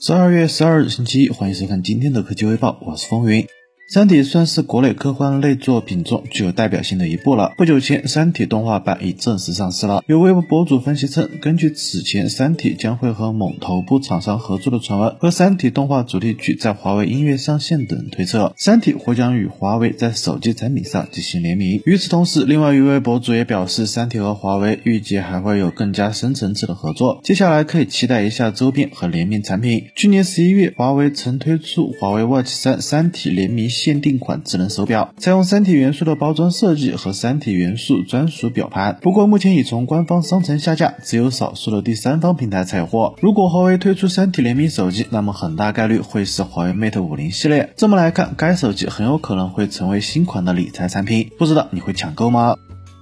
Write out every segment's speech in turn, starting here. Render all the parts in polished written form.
12月12日星期一，欢迎收看今天的科技微报，我是风云。三体算是国内科幻类作品中具有代表性的一部了。不久前，三体动画版已正式上市了。有微博博主分析称，根据此前三体将会和某头部厂商合作的传闻和三体动画主题曲在华为音乐上线等推测，三体或将与华为在手机产品上进行联名。与此同时，另外一位博主也表示，三体和华为预计还会有更加深层次的合作，接下来可以期待一下周边和联名产品。去年11月，华为曾推出华为 Watch 3三体联名限定款智能手表，采用三体元素的包装设计和三体元素专属表盘，不过目前已从官方商城下架，只有少数的第三方平台采货。如果华为推出三体联名手机，那么很大概率会是华为 Mate 50系列。这么来看，该手机很有可能会成为新款的理财产品，不知道你会抢购吗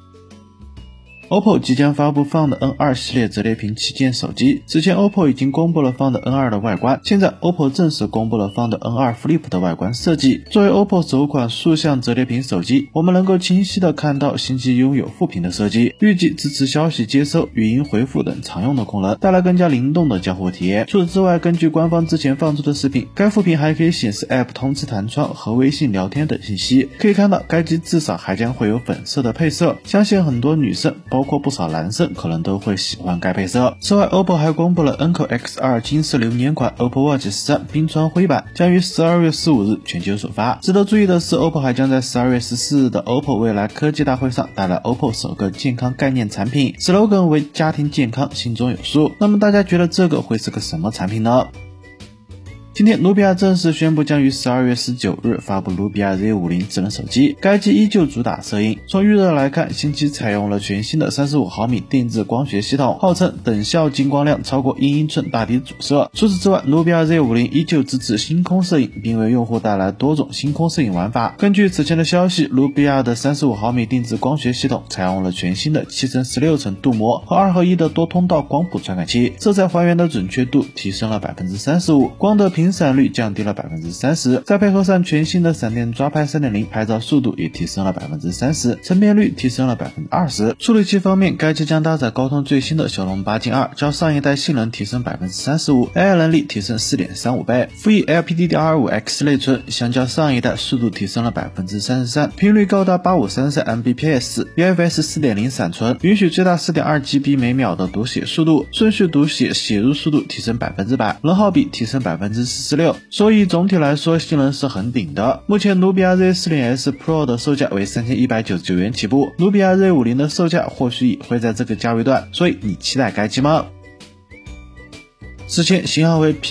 ？OPPO 即将发布 Find N2 系列折叠屏旗舰手机。此前 OPPO 已经公布了 Find N2 的外观，现在 OPPO 正式公布了 Find N2 Flip 的外观设计。作为 OPPO 首款竖向折叠屏手机，我们能够清晰地看到新机拥有副屏的设计，预计支持消息接收、语音回复等常用的功能，带来更加灵动的交互体验。除此之外，根据官方之前放出的视频，该副屏还可以显示 App 通知弹窗和微信聊天等信息。可以看到，该机至少还将会有粉色的配色，相信很多女生包括不少男生可能都会喜欢该配色。此外， OPPO 还公布了 Enco X2 金色流年款 OPPO Watch 3冰川灰版，将于12月15日全球首发。值得注意的是， OPPO 还将在12月14日的 OPPO 未来科技大会上带来 OPPO 首个健康概念产品， slogan 为家庭健康，心中有数。那么大家觉得这个会是个什么产品呢？今天，努比亚正式宣布将于12月19日发布努比亚 Z50 智能手机。该机依旧主打摄影，从预热来看，新机采用了全新的35毫米定制光学系统，号称等效进光量超过1英寸大底主摄。除此之外，努比亚 Z50 依旧支持星空摄影，并为用户带来多种星空摄影玩法。根据此前的消息，努比亚的35毫米定制光学系统采用了全新的7x16层镀膜和2合1的多通道光谱传感器，色彩还原的准确度提升了 35%， 光的频闪率降低了 30%， 再配合上全新的闪电抓拍 3.0， 拍照速度也提升了 30%， 成片率提升了 20%。 处理器方面，该机将搭载高通最新的骁龙8 Gen 2，较上一代性能提升 35%， AI 能力提升 4.35 倍，辅以 LPDDR5X 内存，相较上一代速度提升了 33%， 频率高达8533 Mbps， UFS 4.0 闪存，允许最大 4.2GB 每秒的读写速度，顺序读写写入速度提升 100%， 能耗比提升 46%， 所以总体来说性能是很顶的。目前努比亚 Z40S Pro 的售价为3199元起步，努比亚 Z50 的售价或许也会在这个价位段，所以你期待该机吗？此前型号为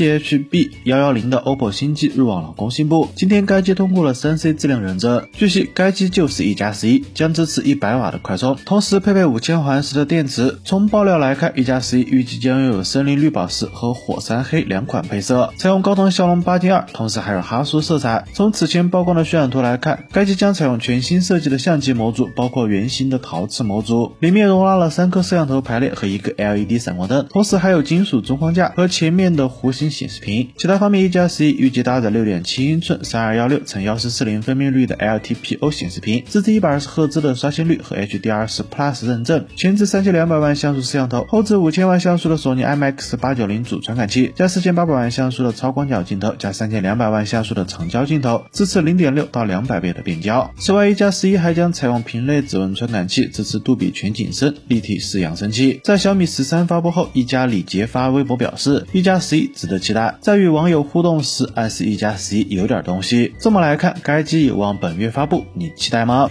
PHB110 的 OPPO 新机入网了工信部，今天该机通过了 3C 质量认证。据悉，该机就是1+11，将支持100瓦的快充，同时配备5000毫安时的电池。从爆料来看， 1+11 预计将拥有森林绿宝石和火山黑两款配色，采用高通骁龙8 Gen 2，同时还有哈苏色彩。从此前曝光的渲染图来看，该机将采用全新设计的相机模组，包括圆形的陶瓷模组，里面容纳了3颗摄像头排列和1个 LED 闪光灯，同时还有金属中框架和前面的弧形显示屏。其他方面， 1+11 预计搭载 6.7 英寸 3216×1440 分辨率的 LTPO 显示屏，支持120赫兹的刷新率和 HDR10 Plus 认证，前置3200万像素摄像头，后置5000万像素的索尼 IMX890 主传感器，加4800万像素的超广角镜头，加3200万像素的长焦镜头，支持 0.6 到200倍的变焦。此外， 1+11 还将采用屏内指纹传感器，支持杜比全景声立体式扬声器。在小米13发布后，一加李杰发微博表示，1+11值得期待，在与网友互动时暗示1+11有点东西。这么来看，该机有望本月发布，你期待吗？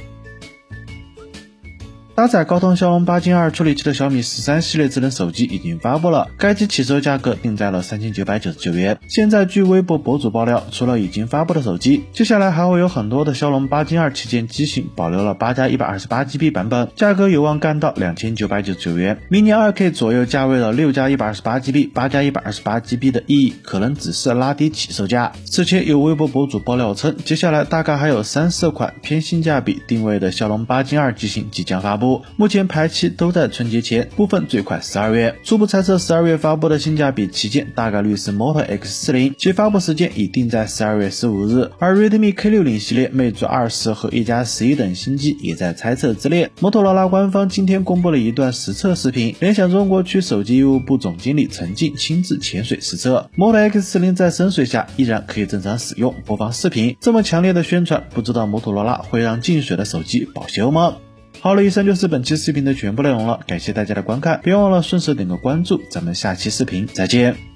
搭载高通骁龙8 Gen 2处理器的小米13系列智能手机已经发布了，该机起售价格定在了3999元。现在据微博博主爆料，除了已经发布的手机，接下来还会有很多的骁龙8 Gen 2旗舰机型保留了8+128GB 版本，价格有望干到2999元。明年 2K 左右价位的 6+128GB、8+128GB 的意义可能只是拉低起售价。此前有微博博主爆料称，接下来大概还有3-4款偏性价比定位的骁龙8 Gen 2机型即将发布。 布，目前排期都在春节前，部分最快12月。初步猜测12月发布的性价比旗舰大概率是 Moto X40， 其发布时间已定在12月15日，而 Redmi K60 系列、魅族20和一加11等新机也在猜测之列。摩托罗拉官方今天公布了一段实测视频，联想中国区手机业务部总经理陈静亲自潜水实测 Moto X40 在深水下依然可以正常使用，播放视频。这么强烈的宣传，不知道摩托罗拉会让进水的手机保修吗？好了，以上就是本期视频的全部内容了，感谢大家的观看，别忘了顺手点个关注，咱们下期视频再见。